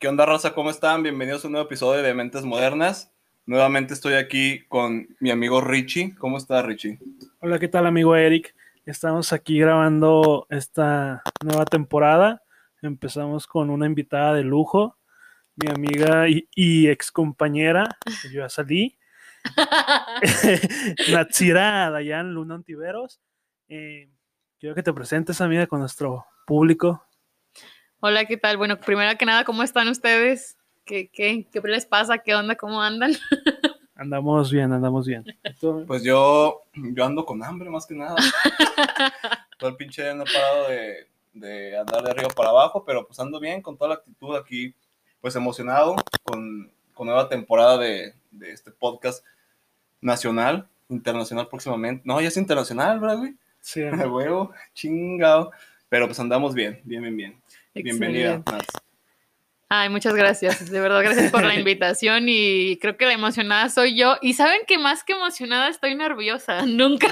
¿Qué onda, raza? ¿Cómo están? Bienvenidos a un nuevo episodio de Mentes Modernas. Nuevamente estoy aquí con mi amigo Richie. ¿Cómo está, Richie? Hola, ¿qué tal, amigo Eric? Estamos aquí grabando esta nueva temporada. Empezamos con una invitada de lujo, mi amiga y ex compañera, yo ya salí, Natsira Dayan Luna Ontiveros. Quiero que te presentes, amiga, con nuestro público. Hola, ¿qué tal? Bueno, primero que nada, ¿cómo están ustedes? ¿Qué les pasa? ¿Qué onda? ¿Cómo andan? Andamos bien, andamos bien. Pues yo ando con hambre, más que nada. Todo el pinche día no he parado de andar de arriba para abajo, pero pues ando bien, con toda la actitud aquí, pues emocionado con nueva temporada de este podcast nacional, internacional próximamente. No, ya es internacional, ¿verdad, güey? Sí, Huevo, chingado. Pero pues andamos bien. Bienvenida, Nats. Ay, muchas gracias. De verdad, gracias por la invitación y creo que la emocionada soy yo. Y saben que más que emocionada estoy nerviosa.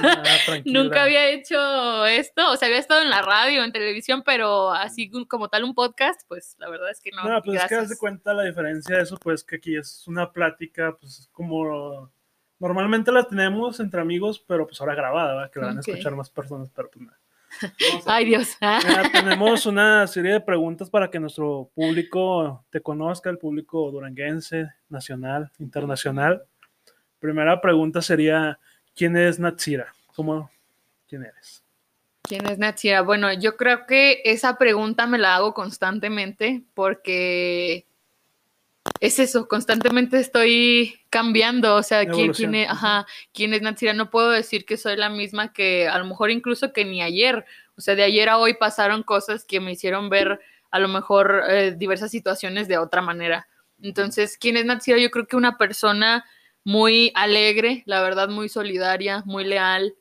Nunca había hecho esto. O sea, había estado en la radio, en televisión, pero así como tal un podcast, pues la verdad es que no. No, pues gracias. es que haz de cuenta la diferencia de eso, pues que aquí es una plática, pues como normalmente la tenemos entre amigos, pero pues ahora grabada, ¿verdad? Que la van a escuchar más personas, pero pues nada. Ay, Dios. Tenemos una serie de preguntas para que nuestro público te conozca, el público duranguense, nacional, internacional. Primera pregunta sería, ¿quién es Natsira? ¿Quién eres? ¿Quién es Natsira? Bueno, yo creo que esa pregunta me la hago constantemente porque es eso, constantemente estoy cambiando, o sea, ¿quién es Natsira? No puedo decir que soy la misma que a lo mejor incluso que ni ayer, o sea, de ayer a hoy pasaron cosas que me hicieron ver a lo mejor diversas situaciones de otra manera. Entonces, ¿quién es Natsira? Yo creo que una persona muy alegre, la verdad, muy solidaria, muy leal,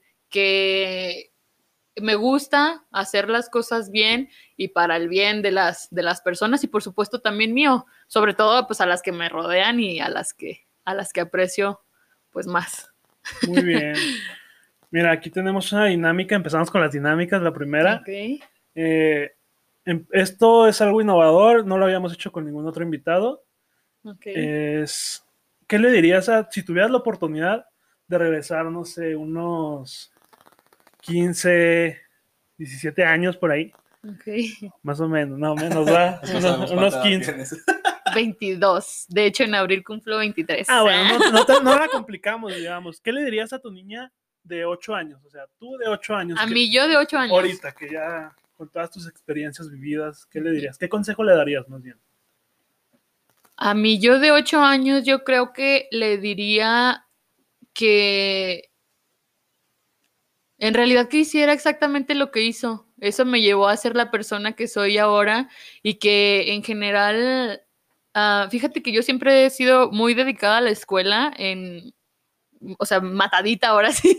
que me gusta hacer las cosas bien y para el bien de las personas y por supuesto también mío, sobre todo pues a las que me rodean y a las que aprecio pues más. Muy bien. Mira, aquí tenemos una dinámica, empezamos con las dinámicas, la primera. Okay. Esto es algo innovador, no lo habíamos hecho con ningún otro invitado. Okay. ¿Qué le dirías si tuvieras la oportunidad de regresar, no sé, unos 15, 17 años por ahí? Okay. Más o menos, no menos, va. unos 15. 22. De hecho, en abril cumplo 23. Ah, bueno, no la complicamos, digamos. ¿Qué le dirías a tu niña de 8 años? O sea, tú de 8 años. A mí yo de 8 años. Ahorita, que ya con todas tus experiencias vividas, ¿qué le dirías? ¿Qué consejo le darías más bien? A mí yo de 8 años yo creo que le diría que en realidad que hiciera exactamente lo que hizo. Eso me llevó a ser la persona que soy ahora y que en general, fíjate que yo siempre he sido muy dedicada a la escuela, o sea, matadita ahora sí.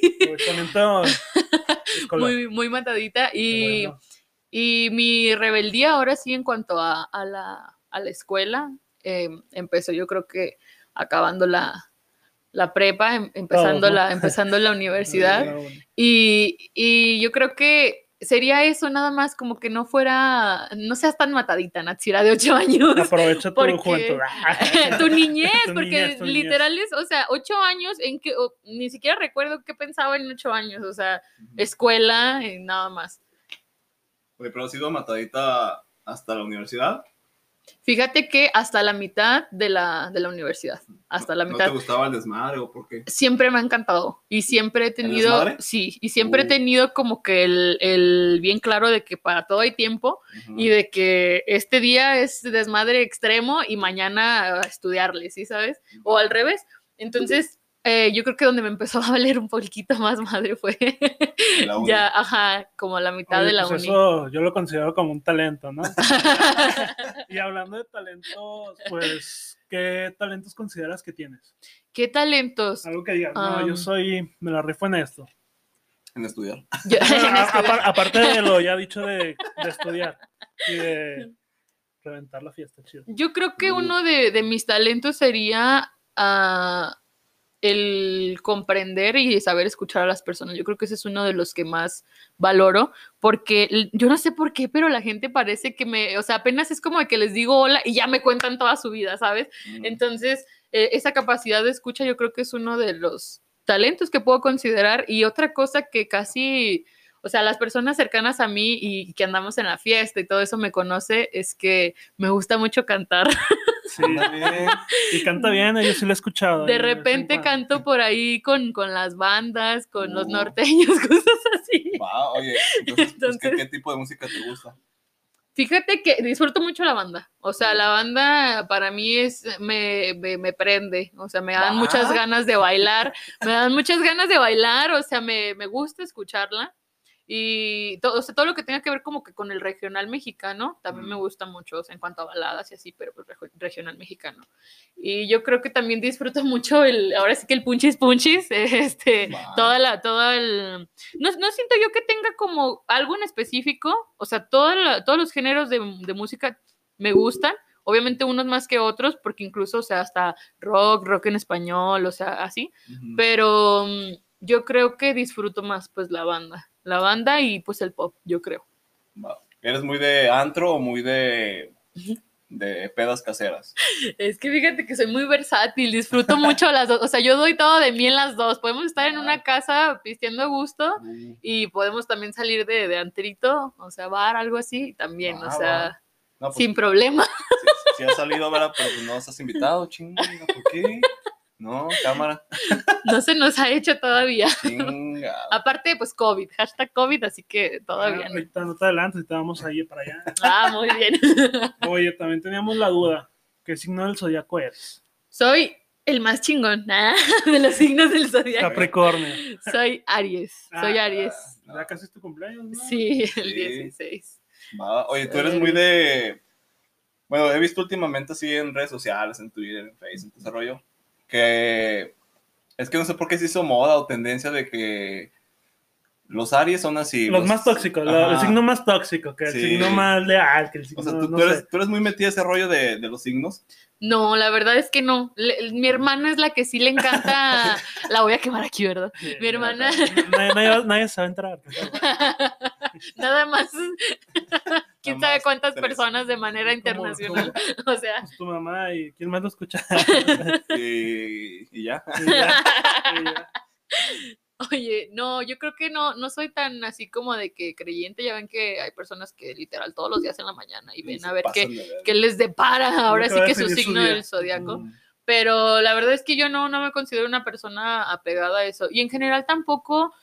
muy, muy matadita y mi rebeldía ahora sí en cuanto a la escuela empezó yo creo que acabando la prepa, empezando la universidad. Y yo creo que sería eso nada más, como que no seas tan matadita, Natsira, de 8 años. Aprovecha tu juventud. Tu niñez, porque literal es, o sea, 8 años en que ni siquiera recuerdo qué pensaba en 8 años, o sea, escuela, nada más. Oye, pero has sido matadita hasta la universidad. Fíjate que hasta la mitad de la universidad, hasta la mitad. ¿No te gustaba el desmadre o por qué? Siempre me ha encantado y siempre he tenido, ¿El desmadre? Sí, y siempre he tenido como que el bien claro de que para todo hay tiempo y de que este día es desmadre extremo y mañana a estudiarle, ¿sí sabes? O al revés. Entonces, yo creo que donde me empezó a valer un poquito más madre fue ya, como a la mitad de la pues uni. Eso yo lo considero como un talento, ¿no? Y hablando de talentos, pues, ¿qué talentos consideras que tienes? ¿Qué talentos? Algo que digas, no, me la rifo en esto. En estudiar. Aparte de lo ya dicho de estudiar y de reventar la fiesta, chido. Yo creo que uno de mis talentos sería el comprender y saber escuchar a las personas. Yo creo que ese es uno de los que más valoro, porque yo no sé por qué, pero la gente parece que o sea, apenas es como de que les digo hola y ya me cuentan toda su vida, ¿sabes? Entonces, esa capacidad de escucha yo creo que es uno de los talentos que puedo considerar. Y otra cosa que casi, o sea, las personas cercanas a mí y que andamos en la fiesta y todo eso me conoce, es que me gusta mucho cantar. Sí, y canta bien, yo sí lo he escuchado. De repente canto por ahí con las bandas, con los norteños, cosas así. Wow, oye, entonces ¿qué tipo de música te gusta? Fíjate que disfruto mucho la banda. O sea, la banda para mí me prende. O sea, me dan muchas ganas de bailar. O sea, me gusta escucharla. Y todo, o sea, todo lo que tenga que ver como que con el regional mexicano también me gusta mucho, o sea, en cuanto a baladas y así, pero pues regional mexicano. Y yo creo que también disfruto mucho ahora sí que el punchis, toda no siento yo que tenga como algo en específico, o sea, todos los géneros de música me gustan. Obviamente unos más que otros, porque incluso, o sea, hasta rock en español, o sea, así. Pero yo creo que disfruto más, pues, la banda y, pues, el pop, yo creo. ¿Eres muy de antro o muy de pedas caseras? Es que fíjate que soy muy versátil, disfruto mucho las dos, o sea, yo doy todo de mí en las dos. Podemos estar en una casa pisteando a gusto y podemos también salir de antrito, o sea, bar, algo así, también, o sea, no, pues, sin problema. Si has salido, ¿verdad? Pero pues no estás invitado, chinga, ¿por qué? No, cámara. No se nos ha hecho todavía. Chinga. Aparte, pues COVID, #COVID, así que todavía no. Ahorita no te adelantes, te vamos a ir para allá. Muy bien. Oye, también teníamos la duda, ¿qué signo del zodiaco eres? Soy el más chingón de los signos del zodiaco. Capricornio. Soy Aries, Ya casi es tu cumpleaños, ¿no? Sí, el 16. Oye, tú eres muy de... Bueno, he visto últimamente así en redes sociales, en Twitter, en Facebook, en ese rollo, que es que no sé por qué se hizo moda o tendencia de que los Aries son así. Los más tóxicos, el signo más tóxico, que el signo más leal, que el signo... O sea, tú eres muy metida ese rollo de los signos. No, la verdad es que no. Mi hermana es la que sí le encanta. La voy a quemar aquí, ¿verdad? Sí, mi hermana. Nadie sabe entrar. Nada más. ¿Quién sabe cuántas personas de manera internacional? O sea. Pues tu mamá y quién más lo escucha. Y ya. Oye, no, yo creo que no soy tan así como de que creyente. Ya ven que hay personas que literal todos los días en la mañana y ven a ver qué les depara ahora sí que su signo del zodiaco. Pero la verdad es que yo no me considero una persona apegada a eso. Y en general tampoco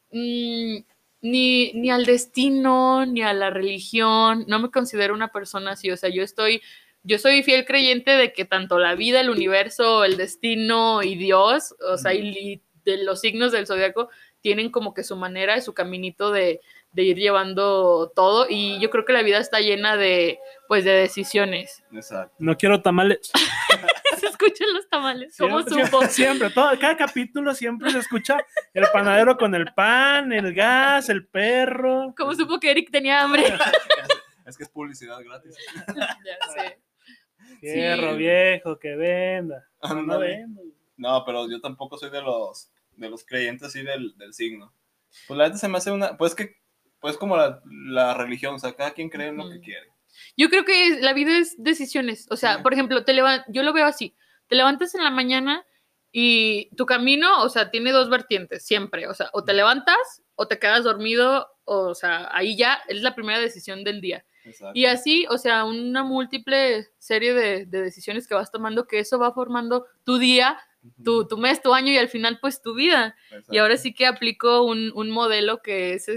ni al destino, ni a la religión. No me considero una persona así. O sea, yo soy fiel creyente de que tanto la vida, el universo, el destino y Dios, o sea, y de los signos del zodiaco tienen como que su manera, su caminito de ir llevando todo, y yo creo que la vida está llena de decisiones. Exacto. No quiero tamales. Se escuchan los tamales, ¿cómo supo? Siempre, cada capítulo siempre se escucha el panadero con el pan, el gas, el perro. ¿Cómo supo que Eric tenía hambre? Es que es publicidad gratis. Ya sé. Fierro viejo, que venda. No vendo. No, pero yo tampoco soy de los creyentes así del signo. Pues la gente se me hace pues como la religión, o sea, cada quien cree en lo que quiere. Yo creo que la vida es decisiones. O sea, por ejemplo, yo lo veo así. Te levantas en la mañana y tu camino, o sea, tiene dos vertientes siempre. O sea, o te levantas o te quedas dormido, o sea, ahí ya es la primera decisión del día. Exacto. Y así, o sea, una múltiple serie de decisiones que vas tomando, que eso va formando tu día, tu mes, tu año y al final pues tu vida. Exacto. Y ahora sí que aplico un modelo que es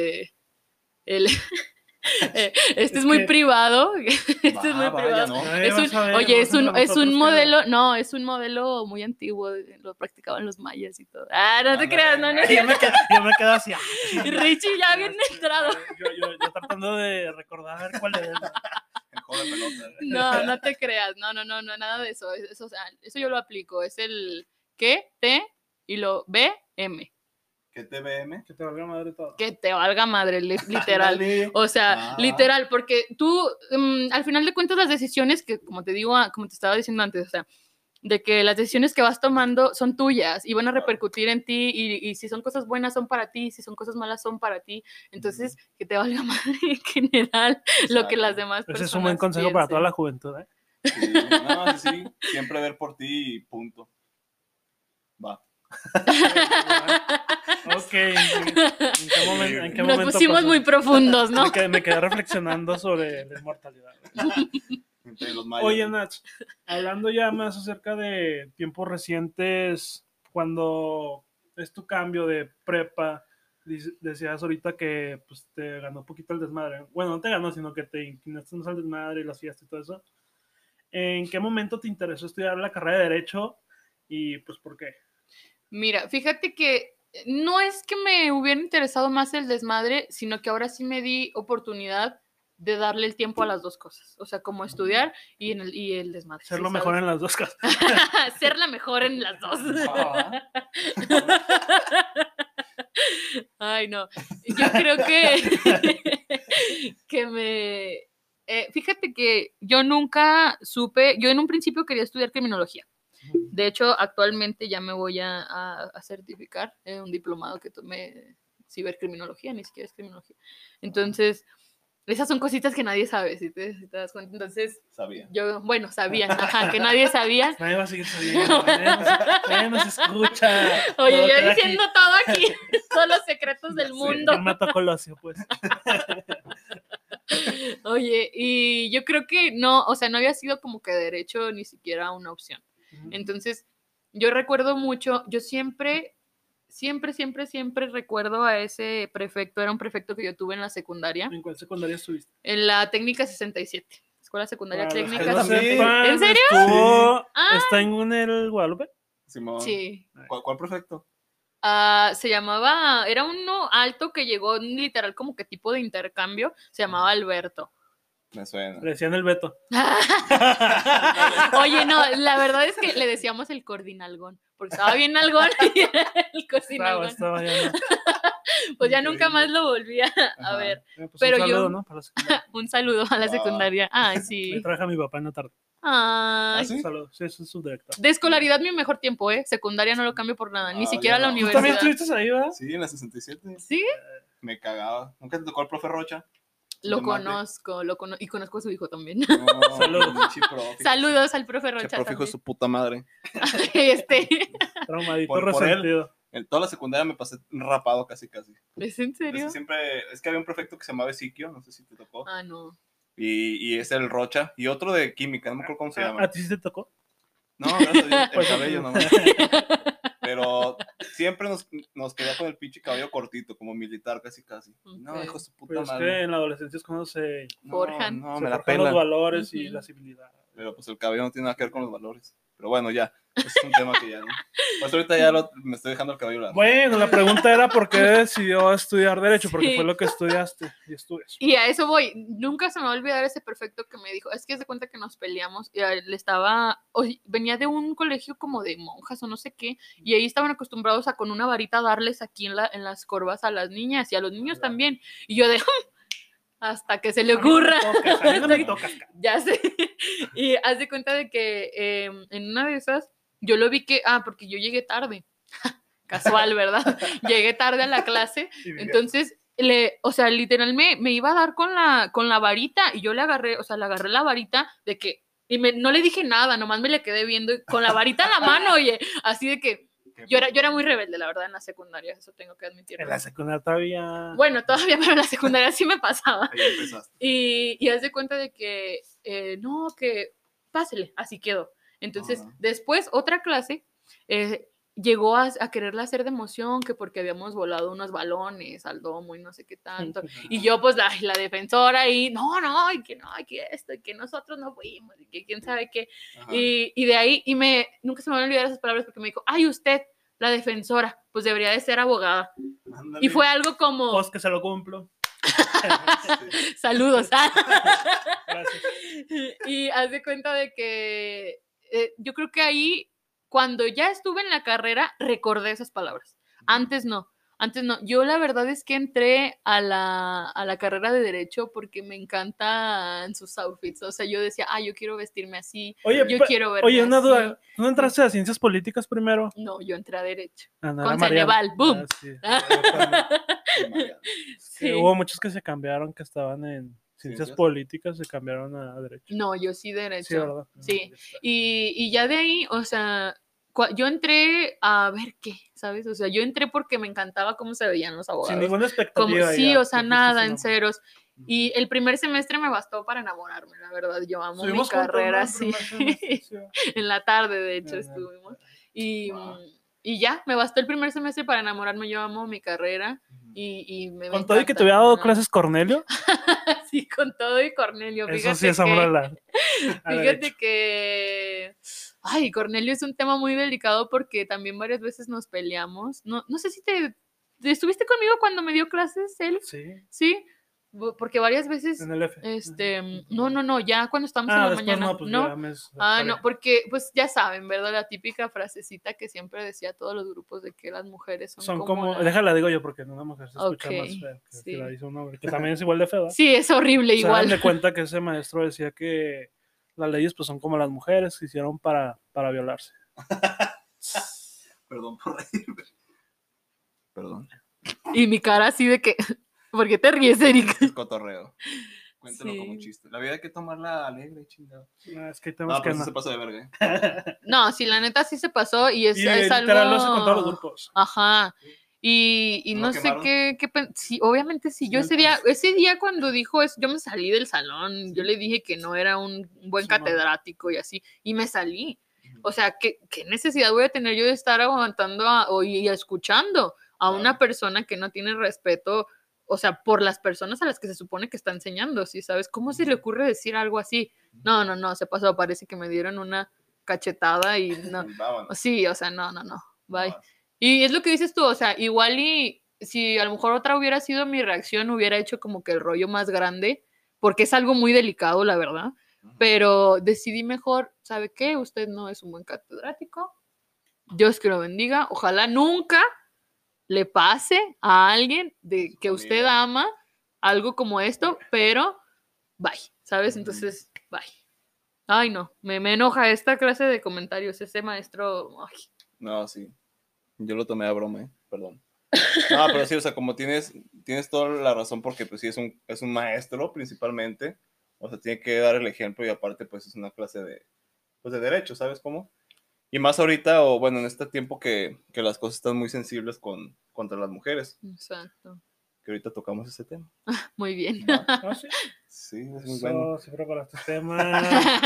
es muy privado. Es muy privado. No. Es un modelo, no, es un modelo muy antiguo, lo practicaban los mayas y todo. No te creas, no. Yo me quedo así. Y Richie ya bien entrado. Yo tratando de recordar cuál es. No te creas, no, nada de eso. Eso, o sea, eso yo lo aplico, es el que, te y lo BM. ¿Qué te BM? Que te valga madre todo. Que te valga madre, literal. O sea, literal, porque tú, al final de cuentas, las decisiones que, como te estaba diciendo antes, o sea, de que las decisiones que vas tomando son tuyas y van a repercutir en ti y si son cosas buenas son para ti, si son cosas malas son para ti, entonces que te valga madre en general lo que las demás personas Ese es un buen consejo para toda la juventud, ¿eh? Sí, no, sí, siempre ver por ti y punto. Va. Ok, ¿en qué momento nos pusimos pasó? muy profundos, ¿no? Me quedé reflexionando sobre la inmortalidad. Oye, Nach, hablando ya más acerca de tiempos recientes, cuando es tu cambio de prepa, decías ahorita que pues, te ganó un poquito el desmadre. Bueno, no te ganó, sino que te inclinaste más al desmadre y las fiestas y todo eso. ¿En qué momento te interesó estudiar la carrera de Derecho y pues por qué? Mira, fíjate que no es que me hubiera interesado más el desmadre, sino que ahora sí me di oportunidad de darle el tiempo a las dos cosas. O sea, como estudiar y el desmadre. Ser lo mejor en las dos cosas. Ser la mejor en las dos. Ay, no. Yo creo que fíjate que yo nunca supe, yo en un principio quería estudiar criminología. De hecho, actualmente ya me voy a certificar en un diplomado que tomé cibercriminología, ni siquiera es criminología. Entonces, esas son cositas que nadie sabe, si te das cuenta. Entonces, sabían, ajá, que nadie sabía. Nadie va a seguir sabiendo, nadie nos escucha. Oye, yo diciendo aquí todo aquí, todos los secretos del mundo. ¿Quién mató a Colosio, pues? Oye, y yo creo que no, o sea, no había sido como que derecho ni siquiera una opción. Entonces, yo recuerdo mucho, yo siempre recuerdo a ese prefecto, era un prefecto que yo tuve en la secundaria. ¿En cuál secundaria estuviste? En la técnica 67, Escuela Secundaria Técnica. No sepan, ¿en serio? Sí. ¿Está en el Guadalupe? Simón. Sí. ¿Cuál prefecto? Se llamaba, era uno alto que llegó literal como que tipo de intercambio, se llamaba Alberto. Me suena. Le decían el Beto. Oye, no, la verdad es que le decíamos el cordinalgón, porque estaba bien algón y era el cordinalgón. Estaba ya, ¿no? Pues ya nunca más lo volví a ver. Pues pero un saludo, yo, ¿no? Para la secundaria. Un saludo a la secundaria. Ay, sí. Me traje a mi papá en la tarde. Ay. ¿Sí? Un saludo. Sí, eso es su director. De escolaridad mi mejor tiempo, Secundaria no lo cambio por nada, ni siquiera la universidad. ¿Tú también estuviste ahí, verdad? Sí, en la 67. ¿Sí? Me cagaba. ¿Nunca te tocó el profe Rocha? Lo conozco y conozco a su hijo también. No, saludos. Saludos al profe Rocha. Profe hijo de su puta madre. Traumadito resentido. En toda la secundaria me pasé rapado casi. ¿Es en serio? Es que había un prefecto que se llamaba Ezequiel, no sé si te tocó. Ah, no. Y es el Rocha. Y otro de química, no me acuerdo cómo se llama. ¿A ti sí te tocó? No, gracias a Dios, el cabello nomás. Pero siempre nos quedó con el pinche cabello cortito, como militar casi. Okay. No, hijo de su puta pues madre. Es que en la adolescencia es cuando se forjan. No, se me la forjan pela. los valores y la civilidad. Pero pues el cabello no tiene nada que ver con los valores. Pero bueno, ya. Ese es un tema que ya no. Pues ahorita ya me estoy dejando el cabello largo. Bueno, la pregunta era por qué decidió estudiar Derecho, porque fue lo que estudiaste y estudias. Y a eso voy. Nunca se me va a olvidar ese prefecto que me dijo, es que se cuenta que nos peleamos y él venía de un colegio como de monjas o no sé qué, y ahí estaban acostumbrados a con una varita darles aquí en las corvas a las niñas y a los niños también. Y yo de... hasta que se le ocurra. A mí no me tocas. Ya sé. Y haz de cuenta de que en una de esas yo lo vi porque yo llegué tarde. Casual, ¿verdad? Llegué tarde a la clase. Entonces, literal me iba a dar con la varita y yo le agarré la varita de que, y no le dije nada, nomás me le quedé viendo con la varita en la mano, oye, así de que yo era muy rebelde, la verdad, en la secundaria, eso tengo que admitirlo. En la secundaria todavía... Bueno, todavía, pero en la secundaria sí me pasaba. Ahí empezaste. Y haz de cuenta de que, no, que pásele, así quedó. Entonces, después, otra clase, llegó a quererle hacer de emoción, que porque habíamos volado unos balones al domo y no sé qué tanto. Y yo, pues, la defensora y no, y que esto, y que nosotros no fuimos, y que quién sabe qué. Y de ahí, nunca se me van a olvidar esas palabras porque me dijo, ay, usted, la defensora, pues debería de ser abogada. Ándale. Y fue algo como... Pues que se lo cumplo. Saludos. Gracias. Y haz de cuenta de que yo creo que ahí, cuando ya estuve en la carrera, recordé esas palabras. Antes no. Antes no, yo la verdad es que entré a la carrera de Derecho porque me encantan sus outfits, o sea, yo decía, yo quiero vestirme así, Oye, yo quiero verme una así. duda, ¿tú no entraste a Ciencias Políticas primero? No, yo entré a Derecho, No, con Ceneval, ¡boom! Sí, Sí. hubo muchos que se cambiaron, que estaban en Ciencias Políticas, se cambiaron a Derecho. No, yo sí Derecho. Sí, ¿verdad? Sí, y ya de ahí, o sea, yo entré a ver qué, ¿sabes? O sea, yo entré porque me encantaba cómo se veían los abogados. Sin ninguna expectativa. Sí, o sea, nada, en ceros. Y el primer semestre me bastó para enamorarme, la verdad. Yo amo mi carrera, sí. En la tarde, de hecho, estuvimos. Y ya, me bastó el primer semestre para enamorarme. Yo amo mi carrera. Y me ¿Con todo y que te había dado clases Cornelio? Sí, con todo y Cornelio. Eso sí es amor al arte. Fíjate que... Ay, Cornelio es un tema muy delicado porque también varias veces nos peleamos. No sé si ¿estuviste conmigo cuando me dio clases él? Sí. Sí, porque varias veces... En el F. No, ya cuando estamos en la mañana. No, pues no, porque pues ya saben, ¿verdad? La típica frasecita que siempre decía a todos los grupos de que las mujeres son como déjala digo yo porque una mujer se escucha más fea que la dice un hombre, que también es igual de fea. Sí, es horrible igual. Se dan cuenta que ese maestro decía que las leyes pues son como las mujeres, se hicieron para violarse. Perdón por reírme. Perdón. Y mi cara así de que... ¿Por qué te ríes, Erika? Es cotorreo. Cuéntalo como chiste. La vida hay que tomarla alegre, chingado. Es que tenemos que no se pasó de verga. No, sí, la neta sí se pasó y es algo... lo hace con todos los grupos. Ajá. Y no sé qué sí, obviamente sí. Yo ese día cuando dijo eso, yo me salí del salón. Yo le dije que no era un buen catedrático y así. Y me salí. O sea, ¿qué necesidad voy a tener yo de estar aguantando y escuchando a una persona que no tiene respeto? O sea, por las personas a las que se supone que está enseñando, ¿sí sabes? ¿Cómo se le ocurre decir algo así? No, se pasó, parece que me dieron una cachetada y no. Sí, o sea, no, bye. Y es lo que dices tú, o sea, igual y si a lo mejor otra hubiera sido mi reacción, hubiera hecho como que el rollo más grande, porque es algo muy delicado, la verdad, pero decidí mejor, ¿sabe qué? Usted no es un buen catedrático, Dios que lo bendiga, ojalá nunca le pase a alguien de que usted ama algo como esto, pero bye, ¿sabes? Entonces, bye. Ay, no, me enoja esta clase de comentarios, ese maestro. Ay. No, sí. Yo lo tomé a broma, perdón. No, pero sí, o sea, como tienes toda la razón, porque pues sí es un maestro principalmente, o sea, tiene que dar el ejemplo y aparte pues es una clase de derecho, ¿sabes cómo? Y más ahorita, o bueno, en este tiempo que las cosas están muy sensibles contra las mujeres. Exacto. Que ahorita tocamos ese tema. Muy bien. ¿Sí? Sí, es muy bueno. Sí, preparaste este tema.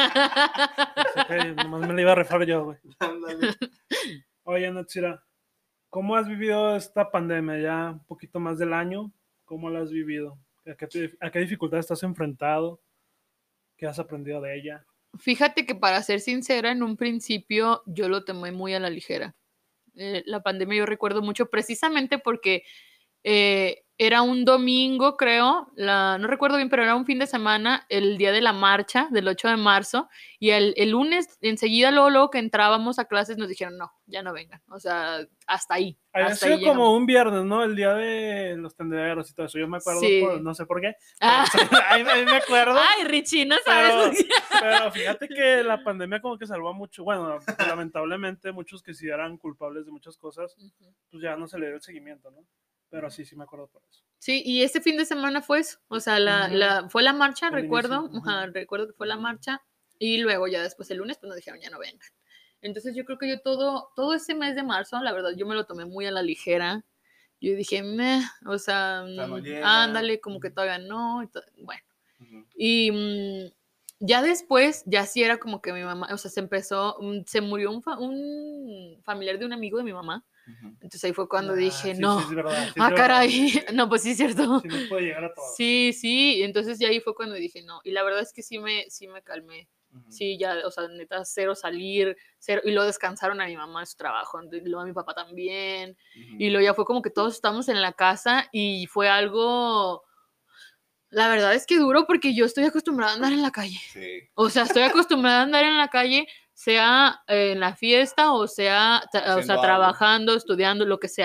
Nomás me lo iba a rifar yo, güey. Oye, Natsira, ¿cómo has vivido esta pandemia? Ya un poquito más del año. ¿Cómo la has vivido? ¿A qué dificultades estás enfrentado? ¿Qué has aprendido de ella? Fíjate que para ser sincera, en un principio yo lo tomé muy a la ligera. La pandemia yo recuerdo mucho precisamente porque era un domingo, creo, no recuerdo bien, pero era un fin de semana, el día de la marcha del 8 de marzo, y el lunes, enseguida, luego que entrábamos a clases, nos dijeron, no, ya no vengan, o sea, hasta ahí. Había sido como un viernes, ¿no? El día de los tendederos y todo eso, yo me acuerdo, sí. No sé por qué, ahí me acuerdo. Ay, Richie, no sabes. Pero fíjate que la pandemia como que salvó mucho, bueno, lamentablemente muchos que sí eran culpables de muchas cosas, pues ya no se le dio el seguimiento, ¿no? Pero sí me acuerdo por eso. Sí, y este fin de semana fue eso, o sea, fue la marcha, recuerdo que fue la marcha, y luego ya después el lunes pues nos dijeron ya no vengan. Entonces yo creo que yo todo ese mes de marzo, la verdad, yo me lo tomé muy a la ligera. Yo dije, o sea, ándale, como que todavía no, bueno. Y ya después, ya sí era como que mi mamá, o sea, se murió un familiar de un amigo de mi mamá. Entonces ahí fue cuando dije, no, sí, verdad, caray, no, pues sí es cierto. Sí, no puede llegar a todo. Sí, entonces ya ahí fue cuando dije, no, y la verdad es que sí me calmé. Sí, ya, o sea, neta, cero salir, cero, y luego descansaron a mi mamá de su trabajo, y luego a mi papá también, y luego ya fue como que todos estamos en la casa, y fue algo, la verdad es que duro, porque yo estoy acostumbrada a andar en la calle. Sí. O sea, estoy acostumbrada a andar en la calle, sea en la fiesta, o sea trabajando, estudiando, lo que sea.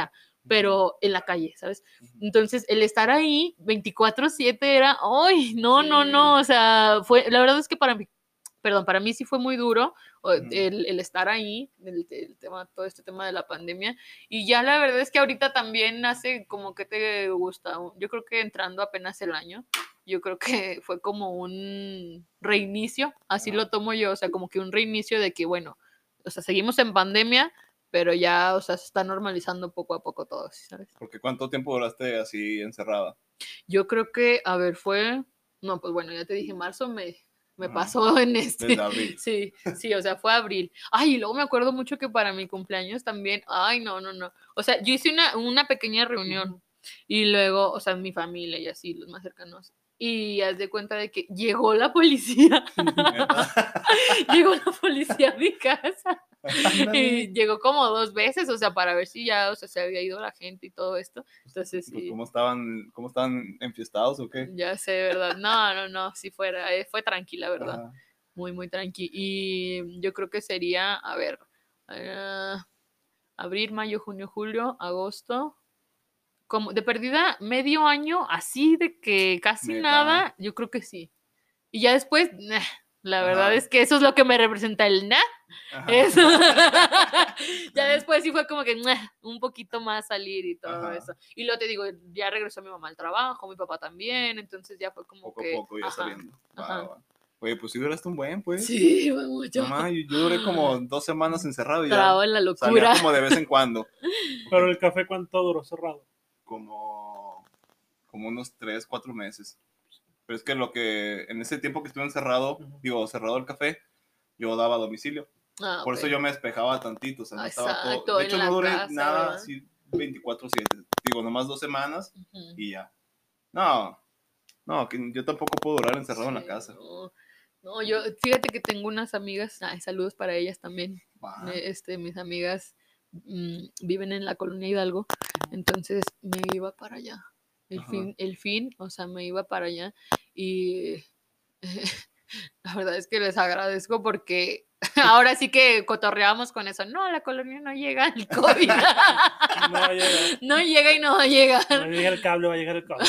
pero en la calle, ¿sabes? Entonces, el estar ahí 24/7 era, ¡ay! No, o sea, la verdad es que para mí sí fue muy duro el estar ahí, el tema, todo este tema de la pandemia, y ya la verdad es que ahorita también hace como que te gusta, yo creo que entrando apenas el año, yo creo que fue como un reinicio, así lo tomo yo, o sea, como que un reinicio de que, bueno, o sea, seguimos en pandemia, pero ya, o sea, se está normalizando poco a poco todo, ¿sabes? Porque ¿cuánto tiempo duraste así encerrada? Yo creo que, a ver, no, pues bueno, ya te dije, marzo me pasó en Desde abril. Sí, o sea, fue abril. Ay, y luego me acuerdo mucho que para mi cumpleaños también, ay, no. O sea, yo hice una pequeña reunión y luego, o sea, mi familia y así, los más cercanos. Y haz de cuenta de que llegó la policía. Llegó la policía a mi casa. Y llegó como 2 veces, o sea, para ver si ya, o sea, se había ido la gente y todo esto. Entonces, Pues, sí. ¿cómo estaban enfiestados o qué? Ya sé, ¿verdad? No, sí fue tranquila, ¿verdad? Ajá. Muy tranqui. Y yo creo que sería, a ver, abril, mayo, junio, julio, agosto. Como de perdida medio año, así de que casi nada, yo creo que sí. Y ya después, la verdad es que eso es lo que me representa el eso. Ya después sí fue como que un poquito más salir y todo eso. Y luego te digo, ya regresó mi mamá al trabajo, mi papá también, entonces ya fue como poco a poco ya saliendo. Va. Oye, pues sí duraste un buen, pues. Sí, fue mucho. Mamá, yo duré como 2 semanas encerrado y ya en la locura. Salía como de vez en cuando. Pero el café, ¿cuánto duró cerrado? Como unos 3, 4 meses. Pero es que en ese tiempo que estuve encerrado, cerrado el café, yo daba a domicilio. Por eso yo me despejaba tantito, o sea, no estaba todo. De hecho, no duré nada así 24/7. Nomás 2 semanas y ya. No, que yo tampoco puedo durar encerrado en la casa. No, yo, fíjate que tengo unas amigas, saludos para ellas también. Mis amigas viven en la colonia Hidalgo, entonces me iba para allá. El fin, o sea, me iba para allá y la verdad es que les agradezco porque ahora sí que cotorreamos con eso. No, la colonia no llega el COVID. No llega y no llega. No llega el cable, va a llegar el cable.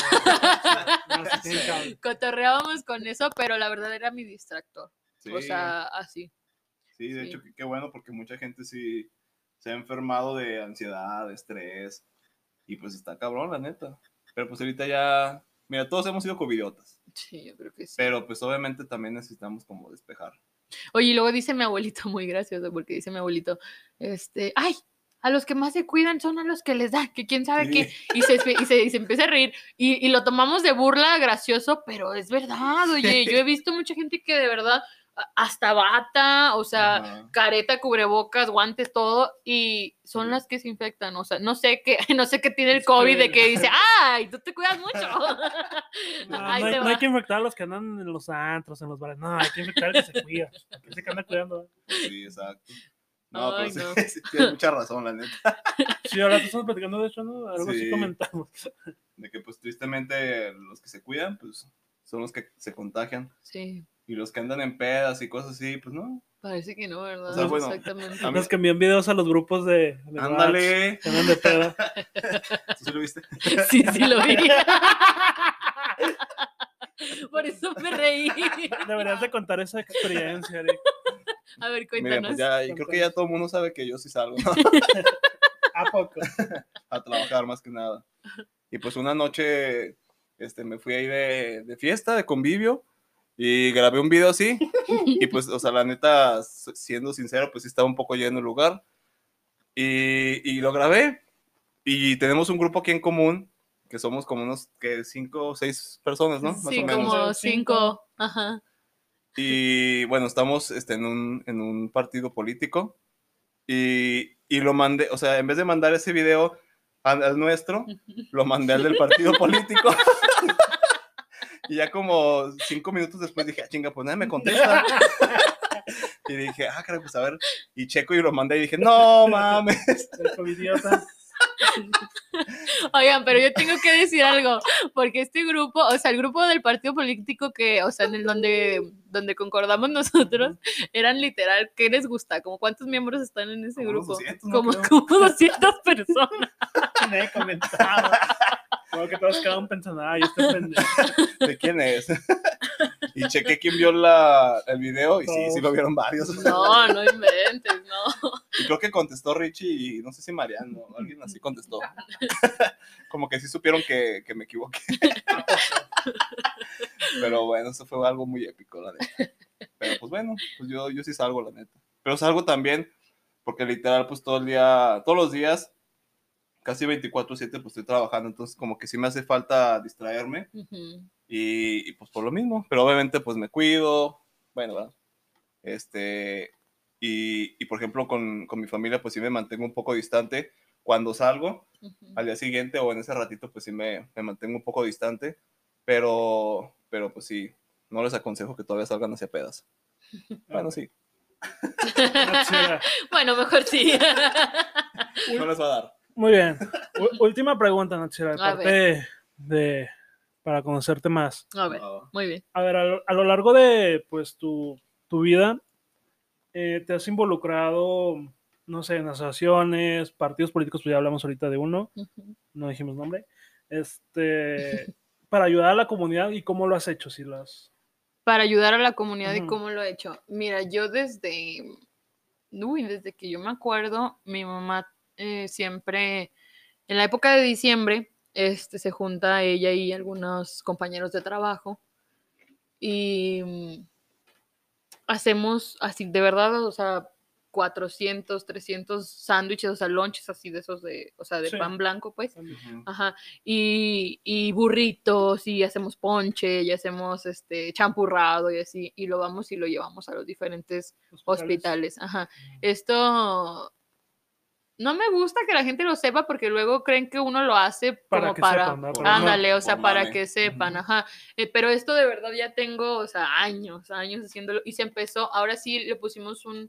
Cotorreábamos con eso, pero la verdad era mi distractor. Sí. O sea, así. Sí, de hecho, qué bueno, porque mucha gente sí se ha enfermado de ansiedad, de estrés, y pues está cabrón, la neta. Pero pues ahorita ya, mira, todos hemos sido covidiotas. Sí, yo creo que sí. Pero pues obviamente también necesitamos como despejar. Oye, y luego dice mi abuelito, muy gracioso, porque dice mi abuelito, ay, a los que más se cuidan son a los que les da, que quién sabe qué, y se empieza a reír, y lo tomamos de burla, gracioso, pero es verdad, oye, yo he visto mucha gente que de verdad, hasta bata, o sea, careta, cubrebocas, guantes, todo, y son las que se infectan, o sea, no sé qué tiene el COVID de que dice, ¡ay, tú te cuidas mucho! No hay que infectar a los que andan en los antros, en los bares, no, hay que infectar al que se cuida, al que se anda cuidando. Sí, exacto. No, pero sí, tienes mucha razón, la neta. Sí, ahora te estamos platicando de eso, ¿no? Algo así comentamos. De que, pues, tristemente, los que se cuidan, pues, son los que se contagian. Sí. Y los que andan en pedas y cosas así, pues, no. Parece que no, ¿verdad? O sea, bueno, exactamente. Los que envían videos a los grupos de ándale. Que andan de peda. ¿Tú sí lo viste? Sí, lo vi. Por eso me reí. Deberías de contar esa experiencia, Eric. A ver, cuéntanos. Mira, pues creo que ya todo el mundo sabe que yo sí salgo, ¿no? ¿A poco? A trabajar más que nada. Y pues una noche me fui ahí de fiesta, de convivio, y grabé un video así. Y pues, o sea, la neta, siendo sincero, pues sí estaba un poco lleno el lugar. Y lo grabé. Y tenemos un grupo aquí en común, que somos como unos 5 o 6 personas, ¿no? Sí, más o menos. Como 5. Ajá. Y bueno, estamos en un partido político y lo mandé, o sea, en vez de mandar ese video al nuestro, lo mandé al del partido político. Y ya como 5 minutos después dije, chinga, pues nadie me contesta. Y dije, caray, pues a ver, y checo y lo mandé y dije, no mames. El covidiota. Oigan, pero yo tengo que decir algo, porque este grupo, o sea, el grupo del partido político que, o sea, en el donde concordamos nosotros, eran literal, ¿qué les gusta? ¿Como cuántos miembros están en ese grupo? 200, como 200 personas. nadie comentaba. Como que todos quedaban pensando, ay, este pendejo. ¿De quién es? Y chequé quién vio el video y sí lo vieron varios. No inventes, no. Y creo que contestó Richie y no sé si Mariano, alguien así contestó. Como que sí supieron que me equivoqué. Pero bueno, eso fue algo muy épico, la neta. Pero pues bueno, pues yo sí salgo, la neta. Pero salgo también porque literal, pues todos los días, casi 24/7, pues estoy trabajando. Entonces como que sí me hace falta distraerme. Uh-huh. Y pues por lo mismo. Pero obviamente pues me cuido. Bueno, ¿verdad? Y por ejemplo con mi familia pues sí me mantengo un poco distante cuando salgo. Uh-huh. Al día siguiente o en ese ratito pues sí me mantengo un poco distante, pero pues sí, no les aconsejo que todavía salgan hacia pedas. Bueno, sí. Bueno, mejor sí. No les va a dar. Muy bien. Última pregunta, Nachira, aparte de para conocerte más. A ver, muy bien. A ver, a lo largo de pues tu vida, ¿te has involucrado, no sé, en asociaciones, partidos políticos? Pues ya hablamos ahorita de uno, uh-huh. No dijimos nombre. Para ayudar a la comunidad, ¿y cómo lo has hecho? Si lo has... Para ayudar a la comunidad, uh-huh. ¿Y cómo lo he hecho? Mira, yo desde que yo me acuerdo, mi mamá siempre, en la época de diciembre, se junta ella y algunos compañeros de trabajo y hacemos así, de verdad, o sea, 400, 300 sándwiches, o sea, lonches así de esos de sí. Pan blanco, pues. Uh-huh. Ajá. Y burritos, y hacemos ponche, y hacemos champurrado y así, y lo vamos y lo llevamos a los diferentes hospitales. Ajá. Uh-huh. Esto no me gusta que la gente lo sepa porque luego creen que uno lo hace como para sepan, ¿no? Ándale, o sea, para que sepan, uh-huh. Ajá. Pero esto de verdad ya tengo, o sea, años haciéndolo y se empezó, ahora sí le pusimos un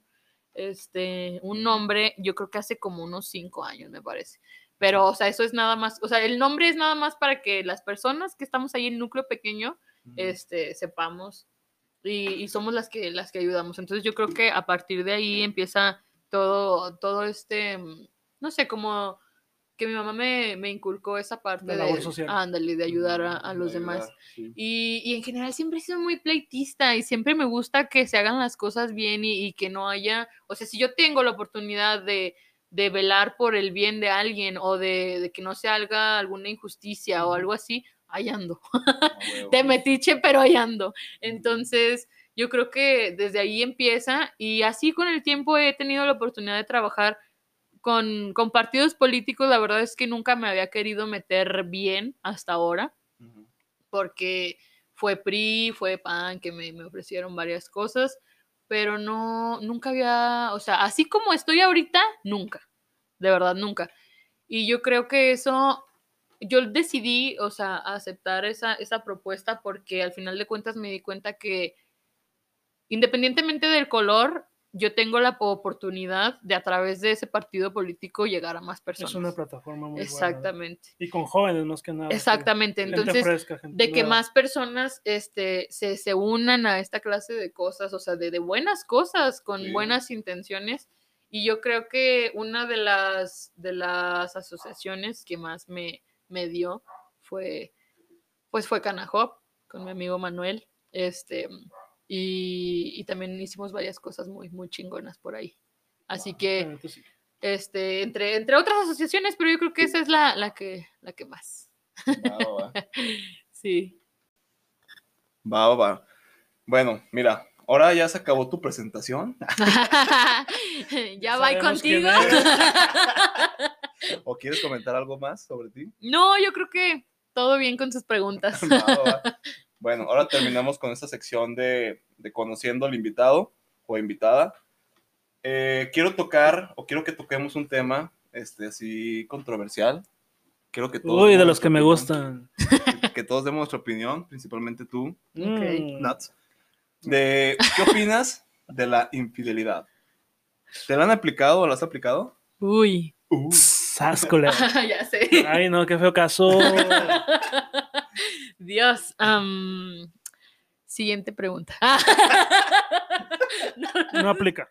nombre, yo creo que hace como unos 5 años, me parece. Pero, o sea, eso es nada más, o sea, el nombre es nada más para que las personas que estamos ahí en el núcleo pequeño, sepamos y somos las que ayudamos. Entonces yo creo que a partir de ahí empieza todo no sé, como que mi mamá me inculcó esa parte de labor social. Ándale, de ayudar a los demás. Sí. Y en general siempre he sido muy pleitista y siempre me gusta que se hagan las cosas bien y que no haya, o sea, si yo tengo la oportunidad de velar por el bien de alguien o de que no se haga alguna injusticia o algo así, ahí ando. De metiche, pero ahí ando. Entonces, yo creo que desde ahí empieza y así con el tiempo he tenido la oportunidad de trabajar con partidos políticos. La verdad es que nunca me había querido meter bien hasta ahora, uh-huh. Porque fue PRI, fue PAN, que me ofrecieron varias cosas, pero nunca había, o sea, así como estoy ahorita, nunca, de verdad, nunca. Y yo creo que eso, yo decidí, o sea, aceptar esa propuesta porque al final de cuentas me di cuenta que independientemente del color, yo tengo la oportunidad de a través de ese partido político llegar a más personas. Es una plataforma muy Exactamente. Buena. Y con jóvenes más que nada. Exactamente. Entonces, fresca, de que más personas se unan a esta clase de cosas, o sea, de buenas cosas, con buenas intenciones. Y yo creo que una de las asociaciones que más me dio fue Canajop, con mi amigo Manuel. Y también hicimos varias cosas muy, muy chingonas por ahí. Así que, sí. entre otras asociaciones, pero yo creo que esa es la que más. Va. Sí. Va. Bueno, mira, ahora ya se acabó tu presentación. Ya va contigo. ¿O quieres comentar algo más sobre ti? No, yo creo que todo bien con sus preguntas. Va. Bueno, ahora terminamos con esta sección de conociendo al invitado o invitada. Quiero que toquemos un tema así controversial. Quiero que todos de los que me gustan. Que todos demos nuestra opinión, principalmente tú, Okay. Nats. ¿Qué opinas de la infidelidad? ¿Te la han aplicado o la has aplicado? Uy. Sáscole. Ya sé. Ay, no, qué feo caso. Dios. Siguiente pregunta. No aplica.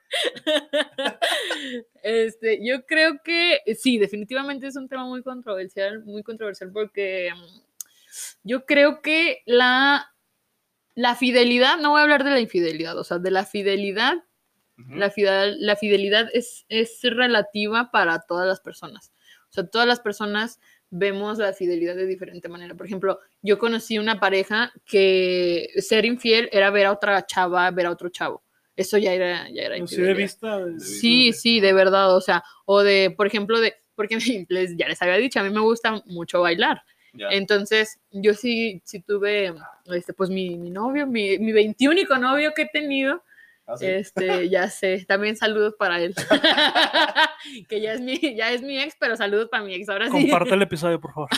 Yo creo que sí, definitivamente es un tema muy controversial porque yo creo que la fidelidad, no voy a hablar de la infidelidad, o sea, de la fidelidad, la fidelidad es relativa para todas las personas. O sea, todas las personas vemos la fidelidad de diferente manera. Por ejemplo, yo conocí una pareja que ser infiel era ver a otra chava, ver a otro chavo. Eso ya era infidelidad. Sí, de vista. Sí, de verdad, o sea, o de, por ejemplo, porque ya les había dicho, a mí me gusta mucho bailar. Ya. Entonces, yo sí tuve, pues mi novio, mi 21º novio que he tenido. ¿Ah, sí? Ya sé, también saludos para él. Que ya es mi ex, pero saludos para mi ex, ahora sí. Comparte el episodio, por favor.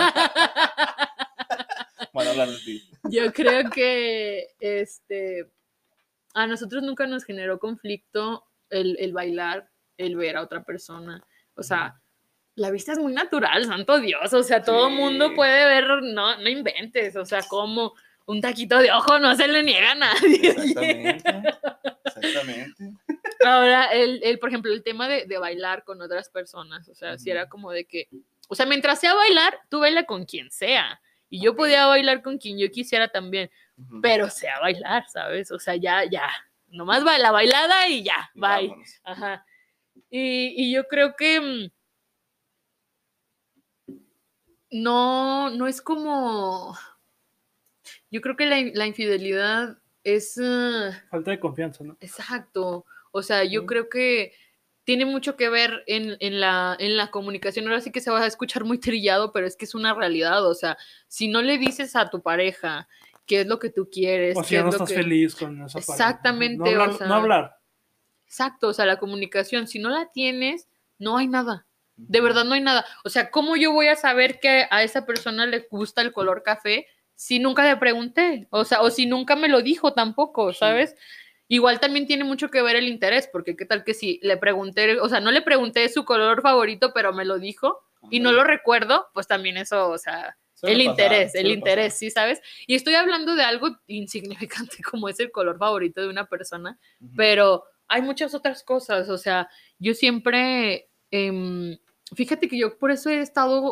Bueno, hablar de ti. Yo creo que a nosotros nunca nos generó conflicto el bailar, el ver a otra persona. O sea, la vista es muy natural, santo Dios. O sea, todo mundo puede ver, no inventes. O sea, como un taquito de ojo no se le niega a nadie. Exactamente. Ahora, por ejemplo, el tema de bailar con otras personas. O sea, si era como de que, o sea, mientras sea bailar, tú baila con quien sea. Y yo podía bailar con quien yo quisiera también. Pero sea bailar, ¿sabes? O sea, ya. Nomás va la bailada y ya, bye. Ajá. Y yo creo que no es como... Yo creo que la infidelidad es... falta de confianza, ¿no? Exacto. O sea, yo creo que tiene mucho que ver en la comunicación. Ahora sí que se va a escuchar muy trillado, pero es que es una realidad. O sea, si no le dices a tu pareja qué es lo que tú quieres. O si ya no estás feliz con esa pareja. Exactamente. No hablar. Exacto, o sea, la comunicación, si no la tienes, no hay nada. De verdad no hay nada. O sea, ¿cómo yo voy a saber que a esa persona le gusta el color café si nunca le pregunté? O sea, o si nunca me lo dijo tampoco, ¿sabes? Sí. Igual también tiene mucho que ver el interés, porque qué tal que si le pregunté, o sea, no le pregunté su color favorito, pero me lo dijo y no lo recuerdo, pues también eso, o sea, el interés, ¿sí sabes? Y estoy hablando de algo insignificante como es el color favorito de una persona, pero hay muchas otras cosas, o sea, yo siempre, fíjate que yo por eso me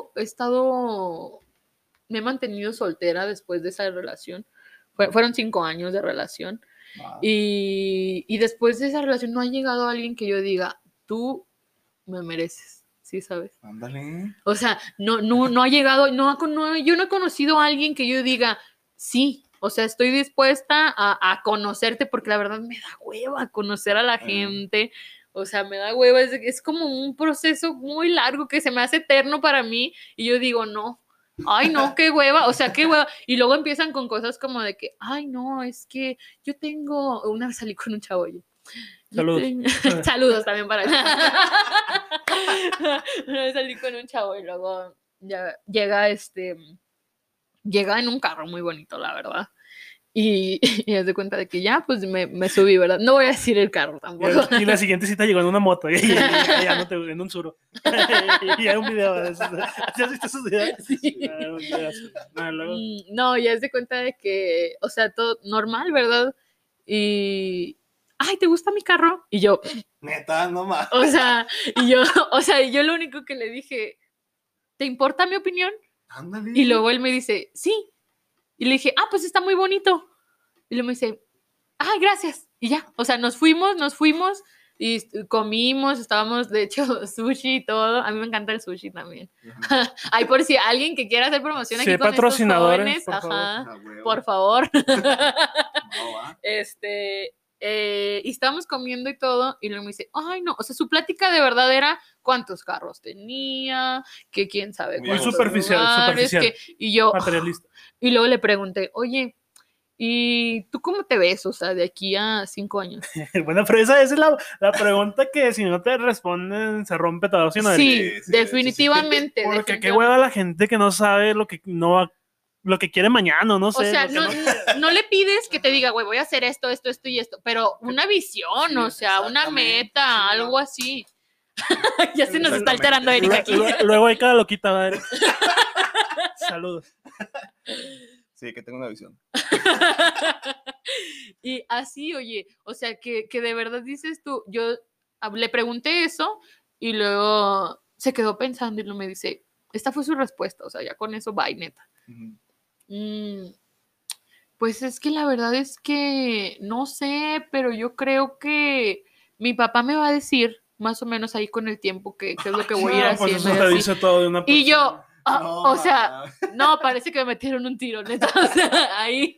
he mantenido soltera después de esa relación. Fueron 5 años de relación. Wow. Y después de esa relación no ha llegado alguien que yo diga, tú me mereces, ¿sí sabes? Ándale. O sea, no ha llegado, yo no he conocido a alguien que yo diga, sí, o sea, estoy dispuesta a conocerte, porque la verdad me da hueva conocer a la gente. O sea, me da hueva, es como un proceso muy largo que se me hace eterno para mí, y yo digo, no. Ay, no, qué hueva, o sea, qué hueva. Y luego empiezan con cosas como de que, ay, no, es que una vez salí con un chavo yo. Saludos. Saludos también para él. Una vez salí con un chavo y luego ya llega en un carro muy bonito, la verdad. Y haz de cuenta de que ya, pues me subí, ¿verdad? No voy a decir el carro tampoco. Y la siguiente cita llegó en una moto, ya no te en un suro. Y hay un video de eso. ¿Has visto esos videos? Sí. No, ya haz de cuenta de que, o sea, todo normal, ¿verdad? Y, ay, ¿te gusta mi carro? Y yo, neta, no más. O sea, yo lo único que le dije, ¿te importa mi opinión? Ándale. Y luego él me dice, sí. Y le dije, pues está muy bonito. Y luego me dice, ay, gracias. Y ya, o sea, nos fuimos y comimos, estábamos, de hecho, sushi y todo. A mí me encanta el sushi también. Ay, por si alguien que quiera hacer promoción aquí con estos jóvenes, por favor. Y estábamos comiendo y todo, y luego me dice, ay, no, o sea, su plática de verdad era cuántos carros tenía, que quién sabe cuántos. Muy superficial. Y yo, materialista. Y luego le pregunté, oye, ¿y tú cómo te ves? O sea, de aquí a 5 años. Bueno, pero esa es la pregunta que si no te responden se rompe todo. Sí, definitivamente. Porque qué hueva la gente que no sabe lo que quiere mañana, no sé. O sea, no le pides que te diga, güey, voy a hacer esto y esto, pero una visión, sí, o sea, una meta, algo así. Ya se nos está alterando Erika aquí. Luego hay cada loquita, madre. Saludos. Sí, que tengo una visión. Y así, oye, o sea, que de verdad dices tú, yo le pregunté eso y luego se quedó pensando y luego me dice, esta fue su respuesta, o sea, ya con eso, bye, neta. Pues es que la verdad es que no sé, pero yo creo que mi papá me va a decir más o menos ahí con el tiempo qué es lo que voy a ir pues haciendo. eso te dice todo de una persona. Y yo, No, o sea, no, parece que me metieron un tiro, neta. O sea, ahí.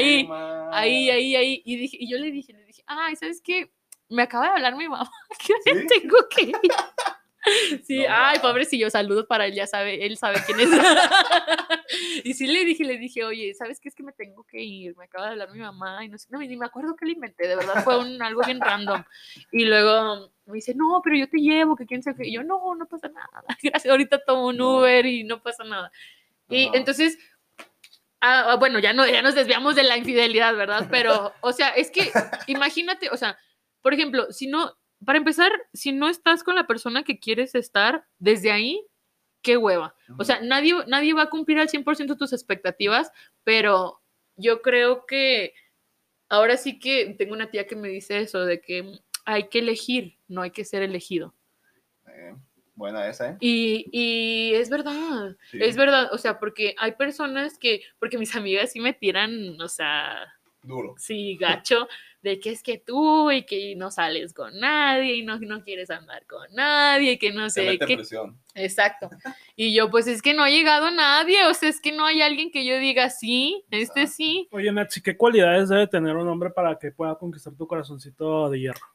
Y dije, y yo le dije, ay, ¿sabes qué? Me acaba de hablar mi mamá, que ¿Sí? tengo que ir. Sí, No, ay, pobrecillo, saludos para él, ya sabe, él sabe quién es. Y sí le dije, oye, ¿sabes qué? Es que me tengo que ir, me acaba de hablar mi mamá y no sé, no, ni me acuerdo qué le inventé, de verdad fue algo bien random. Y luego me dice, no, pero yo te llevo, que quién sabe qué. Y yo, no pasa nada, gracias, ahorita tomo un Uber y no pasa nada. Y entonces, bueno, ya nos desviamos de la infidelidad, ¿verdad? Pero, o sea, es que, imagínate, o sea, por ejemplo, para empezar, si no estás con la persona que quieres estar, desde ahí, qué hueva. O sea, nadie va a cumplir al 100% tus expectativas, pero yo creo que ahora sí que tengo una tía que me dice eso, de que hay que elegir, no hay que ser elegido. Buena esa, ¿eh? Y es verdad, Sí. es verdad, o sea, porque hay personas porque mis amigas sí me tiran, o sea, duro. Sí, gacho, de que es que tú y que no sales con nadie y no quieres andar con nadie y que no sé Te mete qué. presión. Exacto. Y yo, pues es que no ha llegado nadie, o sea, es que no hay alguien que yo diga sí, sí. Oye, Natsi, ¿qué cualidades debe tener un hombre para que pueda conquistar tu corazoncito de hierro?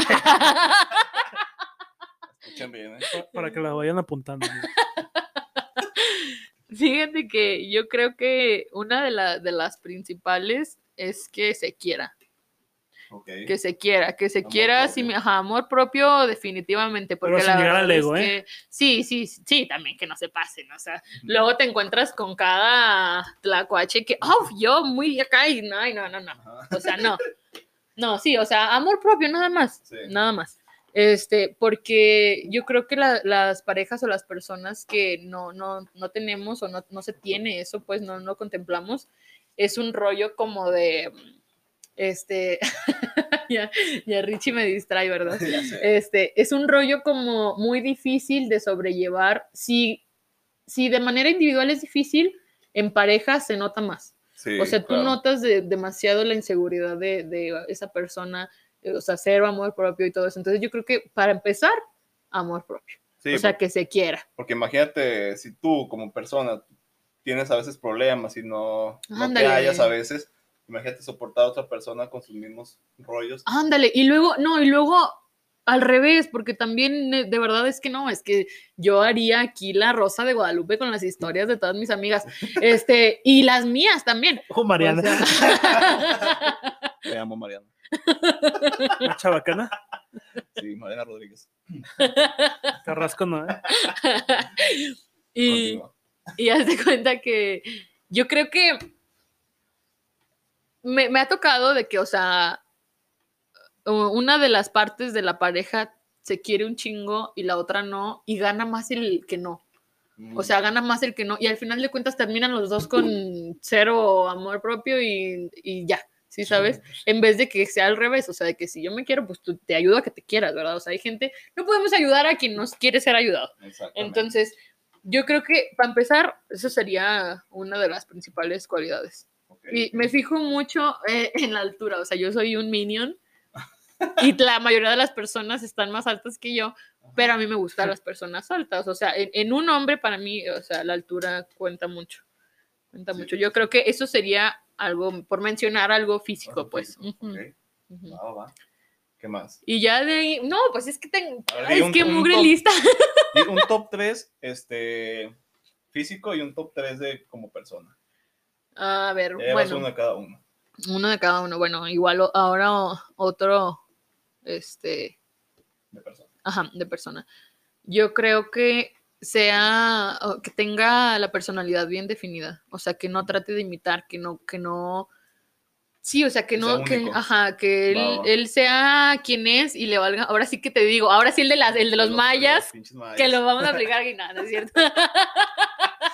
Escuchen bien, ¿eh? Para que la vayan apuntando. Fíjate que yo creo que una de las principales es que se quiera. Okay. Que se quiera, amor propio definitivamente, porque pero sin llegar al ego, es que, sí, también que no se pasen, o sea, luego te encuentras con cada tlacuache que, yo muy acá y no, o sea, no, sí, o sea, amor propio nada más, nada más, porque yo creo que las parejas o las personas que no tenemos o no se tiene eso, pues no contemplamos, es un rollo como de ya Richie me distrae, ¿verdad? Es un rollo como muy difícil de sobrellevar. Si de manera individual es difícil, en pareja se nota más. Sí, o sea, tú notas demasiado la inseguridad de esa persona, o sea, cero amor propio y todo eso. Entonces yo creo que para empezar, amor propio. Sí, o sea, que se quiera. Porque imagínate, si tú como persona tienes a veces problemas y no te hallas a veces, imagínate soportar a otra persona con sus mismos rollos. Ándale, y luego al revés, porque también de verdad es que yo haría aquí la Rosa de Guadalupe con las historias de todas mis amigas, y las mías también. Mariana. O sea... Te amo, Mariana. ¿La chabacana? Sí, Mariana Rodríguez. Carrasco no, y haz de cuenta que yo creo que me ha tocado de que, o sea, una de las partes de la pareja se quiere un chingo y la otra no, y gana más el que no. O sea, gana más el que no, y al final de cuentas terminan los dos con cero amor propio y ya, ¿sí sabes? En vez de que sea al revés, o sea, de que si yo me quiero, pues tú te ayudo a que te quieras, ¿verdad? O sea, hay gente, no podemos ayudar a quien nos quiere ser ayudado. Entonces, yo creo que, para empezar, eso sería una de las principales cualidades. Y me fijo mucho en la altura, o sea, yo soy un minion, y la mayoría de las personas están más altas que yo, pero a mí me gustan las personas altas. O sea, en un hombre, para mí, o sea, la altura cuenta mucho. Cuenta mucho. Yo creo que eso sería algo, por mencionar algo físico, pues. Va. ¿Qué más? Y ya de ahí, no, pues es que mugre lista. Un top 3 físico y un top 3 de como persona. A ver, bueno. Uno de cada uno. Uno de cada uno. Bueno, igual ahora otro, de persona. Ajá, de persona. Yo creo que que tenga la personalidad bien definida. O sea, que no trate de imitar, que no. Sí, o sea, que él sea quien es y le valga. Ahora sí que te digo, ahora sí el de los mayas, que lo vamos a aplicar aquí, nada, ¿no es cierto?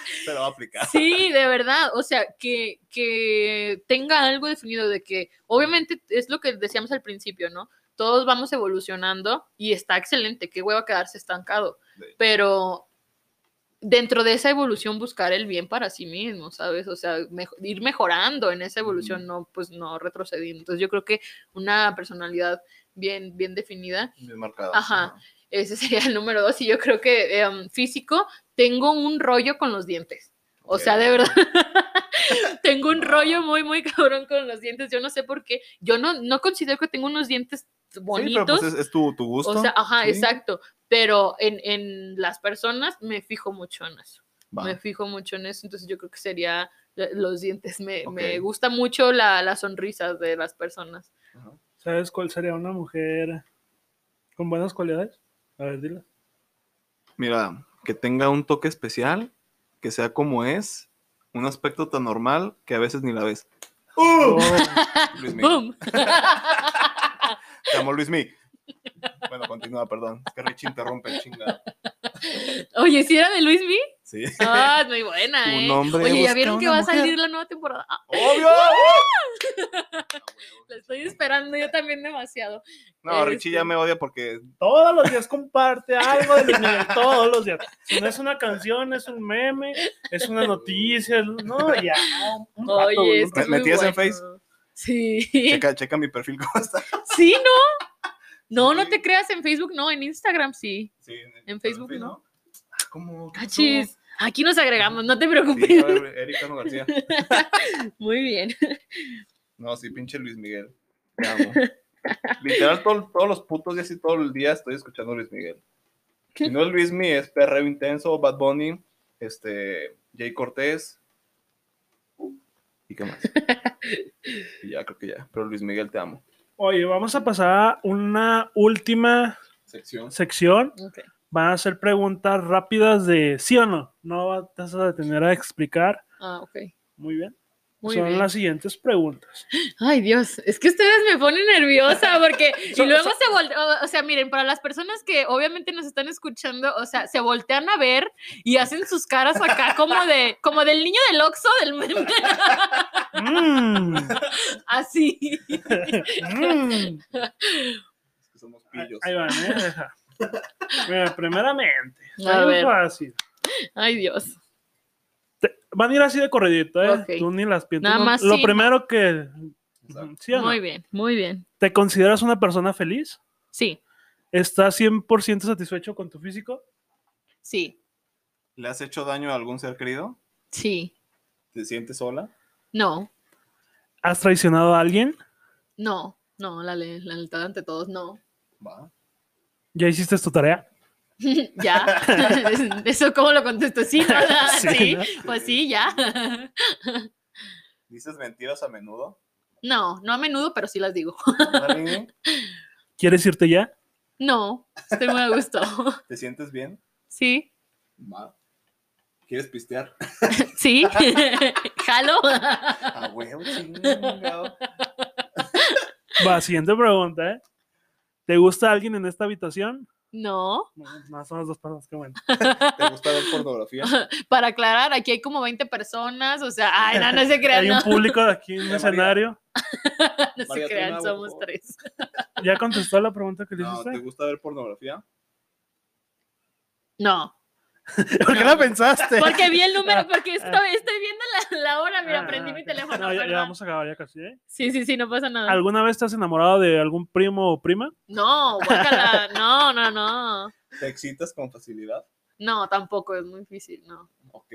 Se lo va a aplicar. Sí, de verdad, o sea, que tenga algo definido de que, obviamente, es lo que decíamos al principio, ¿no? Todos vamos evolucionando y está excelente, qué hueva quedarse estancado, pero dentro de esa evolución buscar el bien para sí mismo, ¿sabes? O sea, ir mejorando en esa evolución, no, pues no retrocediendo. Entonces yo creo que una personalidad bien definida. Bien marcada. Ajá. Ese sería el número 2 y yo creo que físico, tengo un rollo con los dientes. O sea, de verdad, tengo un rollo muy cabrón con los dientes. Yo no sé por qué. Yo no considero que tengo unos dientes bonitos. Sí, pero pues es tu gusto. O sea, ajá, sí. exacto. Pero en las personas me fijo mucho en eso. Va. Me fijo mucho en eso. Entonces yo creo que sería los dientes. Me Ok. gusta mucho la sonrisa de las personas. Ajá. ¿Sabes cuál sería una mujer con buenas cualidades? A ver, dila. Mira, que tenga un toque especial, que sea como es, un aspecto tan normal que a veces ni la ves. Oh, Luis Miguel. ¡Bum! Te amo, Luismi. Bueno, continúa, perdón. Es que Richie interrumpe, chinga. Oye, ¿sí era de Luismi? Sí. Ah, es muy buena, Un hombre Oye, ¿ya busca vieron que una va a mujer. salir la nueva temporada? Ah, ¡Obvio! la estoy esperando yo también demasiado. No, Richie ya me odia porque todos los días comparte algo de Luis Miguel, todos los días. Si no es una canción, es un meme, es una noticia, no, ya. Un rato, Oye, güey, es que es ¿Me muy tienes en bueno. Face? Sí. checa mi perfil cómo está. Sí, ¿no? No, Sí. no te creas, en Facebook no, en Instagram sí. Sí, En pero Facebook no. ¿Cómo? ¿Qué pasó? Achis, aquí nos agregamos, no te Sí, preocupes. a ver, Erika No García. Muy bien. No, sí, pinche Luis Miguel. Te amo. Literal, todos los putos días y todo el día estoy escuchando a Luis Miguel. Si no es Luis Miguel, es Perreo Intenso, Bad Bunny, Jay Cortés. ¿Y qué más? Y ya, creo que ya. Pero Luis Miguel, te amo. Oye, vamos a pasar a una última sección. Ok. Van a ser preguntas rápidas de sí o no. No vas a detener a explicar. Ah, ok. Muy bien. Muy Son bien. las siguientes preguntas. Ay, Dios, es que ustedes me ponen nerviosa porque y luego se voltean, o sea, miren, para las personas que obviamente nos están escuchando, o sea, se voltean a ver y hacen sus caras acá como del niño del Oxxo del meme. Así. Es que somos pillos. Ahí van, deja. Mira, primeramente. A Está muy ver. fácil. Ay, Dios. Van a ir así de corridito, ¿eh? Ok. Tú ni las piensas. Nada más Lo sí, primero que... Exacto. ¿Sí o no? Muy bien, muy bien. ¿Te consideras una persona feliz? Sí, ¿Estás 100% satisfecho con tu físico? sí, ¿Le has hecho daño a algún ser querido? sí. ¿Te sientes sola? No, ¿Has traicionado a alguien? no, la lealtad ante todos, no. Va. ¿Ya hiciste tu tarea? Ya. ¿Eso cómo lo contesto? Sí, ¿no? Sí, Sí, ¿no? pues sí, ya. ¿Dices mentiras a menudo? No a menudo, pero sí las digo. Dale. ¿Quieres irte ya? No, estoy muy a gusto. ¿Te sientes bien? Sí, Va. ¿Quieres pistear? sí. ¿Jalo? Ah, huevo, chingado. Va, siguiente pregunta, ¿eh? ¿Te gusta alguien en esta habitación? No. No, son las dos personas, qué bueno. ¿Te gusta ver pornografía? Para aclarar, aquí hay como 20 personas, o sea, ay, no se crean, Hay no. un público de aquí en el María. escenario. No se María, crean, toma agua, somos por favor. 3. ¿Ya contestó la pregunta que le No, hiciste? ¿te gusta ver pornografía? No. ¿Por qué la pensaste? Porque vi el número, porque estoy viendo la hora, mira, prendí mi teléfono. No, ya perdón. vamos a acabar ya casi, ¿eh? Sí, no pasa nada. ¿Alguna vez te has enamorado de algún primo o prima? No, guácala, no. ¿Te excitas con facilidad? No, tampoco, es muy difícil, no. Ok.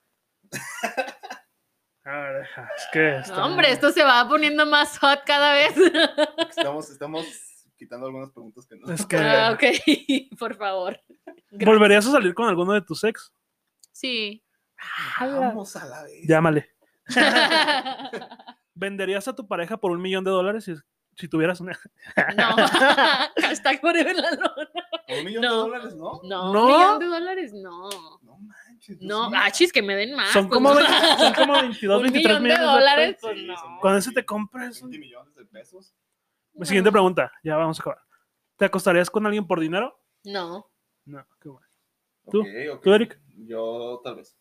A ver, deja, es que... No, hombre, esto se va poniendo más hot cada vez. Estamos quitando algunas preguntas que no. Es que... Ok, por favor. Gracias. ¿Volverías a salir con alguno de tus ex? Sí. Vamos a la vez. Llámale. ¿Venderías a tu pareja por $1 millón si tuvieras una? No. Hashtag forever la lona. ¿Por $1 millón No. de dólares, no? No, ¿No? ¿$1 millón? No. No manches. yo No, sí. achis, que me den más. Son pues, como, no. 22, $1 23 millón de millones dólares, pesos. pues Sí, no. son Con ese te compras. 20 millones de pesos. Siguiente pregunta, ya vamos a acabar. ¿Te acostarías con alguien por dinero? No. No, qué bueno. ¿Tú? Ok. ¿Tú, Eric? Yo tal vez.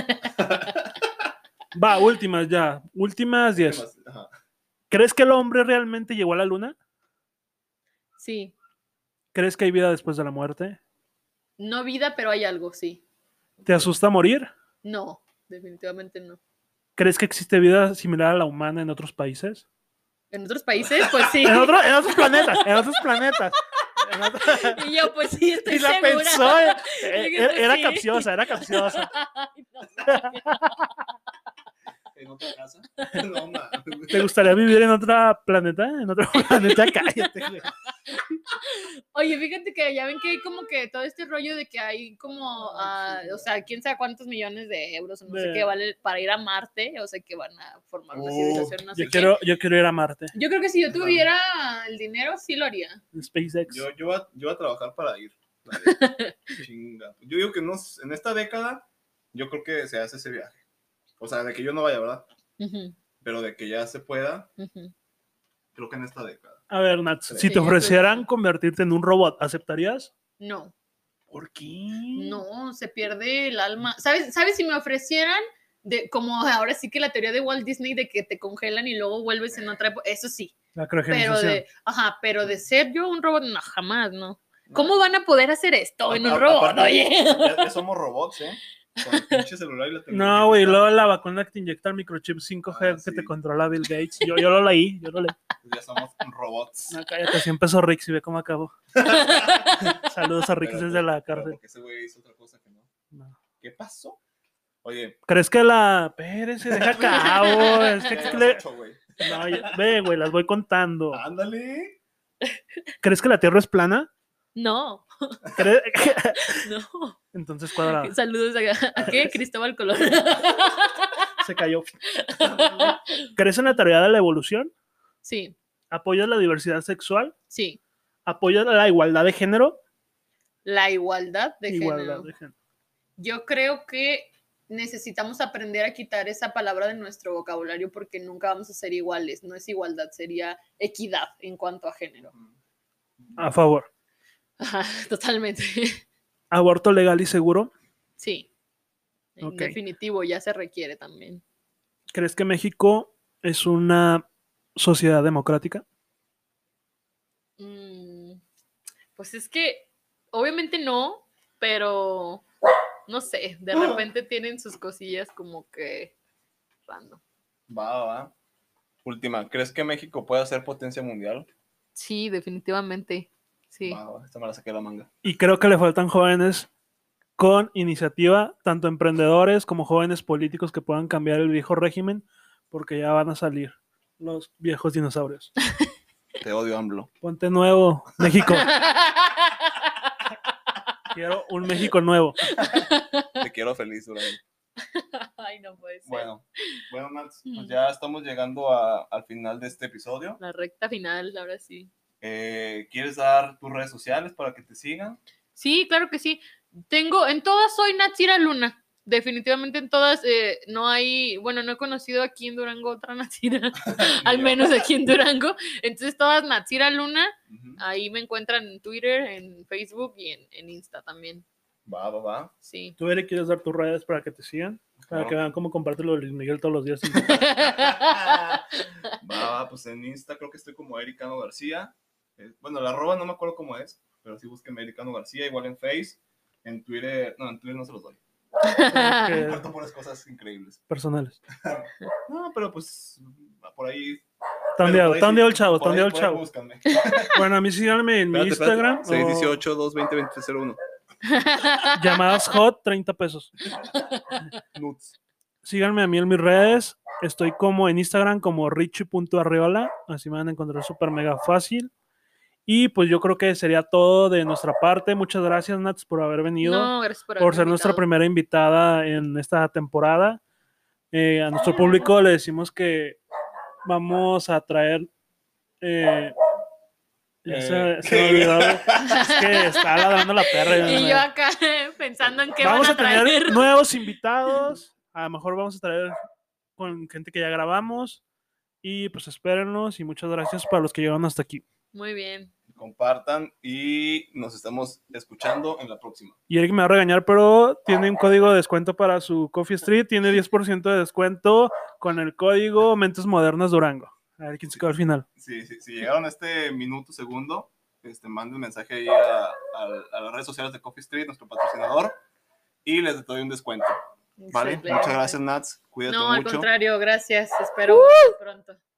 Va, últimas ya. Últimas 10. Ajá. ¿Crees que el hombre realmente llegó a la luna? Sí. ¿Crees que hay vida después de la muerte? No vida, pero hay algo, sí. ¿Te asusta morir? No, definitivamente no. ¿Crees que existe vida similar a la humana en otros países? En otros países, pues sí. En otros planetas, en otros planetas. Y yo, pues sí, estoy Y la segura. pensó, Dije, pues, era sí. capciosa, era capciosa. Ay, no mames. ¿En otra casa? No, mames. ¿Te gustaría vivir en otro planeta? En otro planeta, cállate, güey. Oye, fíjate que ya ven que hay como que todo este rollo de que hay como, o sea, quién sabe cuántos millones de euros, no sé qué vale para ir a Marte, o sea, que van a formar una civilización, no sé qué. Yo quiero ir a Marte. Yo creo que si yo tuviera el dinero, sí lo haría. SpaceX. Yo voy a trabajar para ir. Chinga. Yo digo que no, en esta década, yo creo que se hace ese viaje. O sea, de que yo no vaya, ¿verdad? Ujú, Pero de que ya se pueda, ujú. creo que en esta década. A ver, Nats, si Sí, te yo ofrecieran creo que- convertirte en un robot, ¿aceptarías? No, ¿Por qué? no, se pierde el alma. ¿Sabes si me ofrecieran como ahora sí que la teoría de Walt Disney de que te congelan y luego vuelves en otra época? Eso sí. La Pero criogenización. pero de ser yo un robot, no, jamás, no. ¿Cómo van a poder hacer esto en un robot? Aparte, Oye. ya somos robots, ¿eh? Con el pinche celular y la tecnología. No, güey, luego la vacuna que te inyecta el microchip 5G que sí. te controla Bill Gates. Yo lo leí, Ya somos robots. No, cállate, así empezó Rix y ve cómo acabó. Saludos a Rix Pero, desde la pero cárcel. porque ese güey hizo otra cosa que no. No. ¿Qué pasó? Oye. ¿Crees que la... Espérese, deja cabo. Es que ya le... 8, güey. No, ve, güey, las voy contando. Ándale. ¿Crees que la Tierra es plana? No, ¿Crees... no. Entonces cuadrada. Saludos ¿a qué? Cristóbal Colón. Se cayó. ¿Crees en la teoría de la evolución? Sí, ¿Apoyas la diversidad sexual? sí. ¿Apoyas la igualdad de género? La igualdad de Igualdad género. de género. Yo creo que necesitamos aprender a quitar esa palabra de nuestro vocabulario porque nunca vamos a ser iguales. No es igualdad, sería equidad en cuanto a género. A favor. Ajá, totalmente. ¿Aborto legal y seguro? Sí. En Ok. definitivo, ya se requiere también. ¿Crees que México es una sociedad democrática? Pues es que, obviamente no, pero no sé, de repente tienen sus cosillas como que random. Va. Última, ¿crees que México puede ser potencia mundial? Sí, definitivamente. Sí. Va, esta me la saqué de la manga. Y creo que le faltan jóvenes con iniciativa, tanto emprendedores como jóvenes políticos que puedan cambiar el viejo régimen, porque ya van a salir los viejos dinosaurios. Te odio, AMLO. Ponte nuevo, México. Quiero un México nuevo. Te quiero feliz, Durán. Ay, no puede ser. Bueno, Nats, pues ya estamos llegando al final de este episodio. La recta final, ahora sí. ¿Quieres dar tus redes sociales para que te sigan? Sí, claro que sí. En todas soy Natsira Luna. Definitivamente en todas no hay, bueno, no he conocido aquí en Durango otra Natsira, al menos aquí en Durango. Entonces todas Natsira Luna, ahí me encuentran en Twitter, en Facebook y en Insta también. Va. Sí. ¿Tú, Eric, quieres dar tus redes para que te sigan? Para que vean cómo comparte lo de Luis Miguel todos los días. Va, pues en Insta creo que estoy como Ericano García. Bueno, la arroba no me acuerdo cómo es, pero sí búsquenme Ericano García, igual en Face. En Twitter no se los doy. Comparto puras cosas increíbles. Personales. No, pero pues por ahí. Tandeado el chavo, por ahí chavo. Búscanme. Bueno, a mí síganme en mi Instagram. 618-220-2001. Llamadas hot, 30 pesos. Nuts. Síganme a mí en mis redes. Estoy como en Instagram como richie.arriola. Así me van a encontrar súper mega fácil. Y pues yo creo que sería todo de nuestra parte. Muchas gracias, Nats, por haber venido. No, gracias por ser nuestra primera invitada en esta temporada. A nuestro público le decimos que vamos a traer... se me olvidó. Es que está ladrando la perra. Y yo acá pensando en qué vamos van a traer. Tener nuevos invitados. A lo mejor vamos a traer con gente que ya grabamos. Y pues espérennos. Y muchas gracias para los que llegaron hasta aquí. Muy bien. compartan y nos estamos escuchando en la próxima. Y Eric me va a regañar, pero tiene un código de descuento para su Coffee Street. Tiene 10% de descuento con el código Mentes Modernas Durango. A ver quién se quedó al final. Sí, si llegaron a este minuto, segundo, manden un mensaje ahí a las redes sociales de Coffee Street, nuestro patrocinador, y les doy un descuento. ¿Vale? Excelente. Muchas gracias, Nats. Cuídate mucho. No, al contrario, gracias. Espero pronto.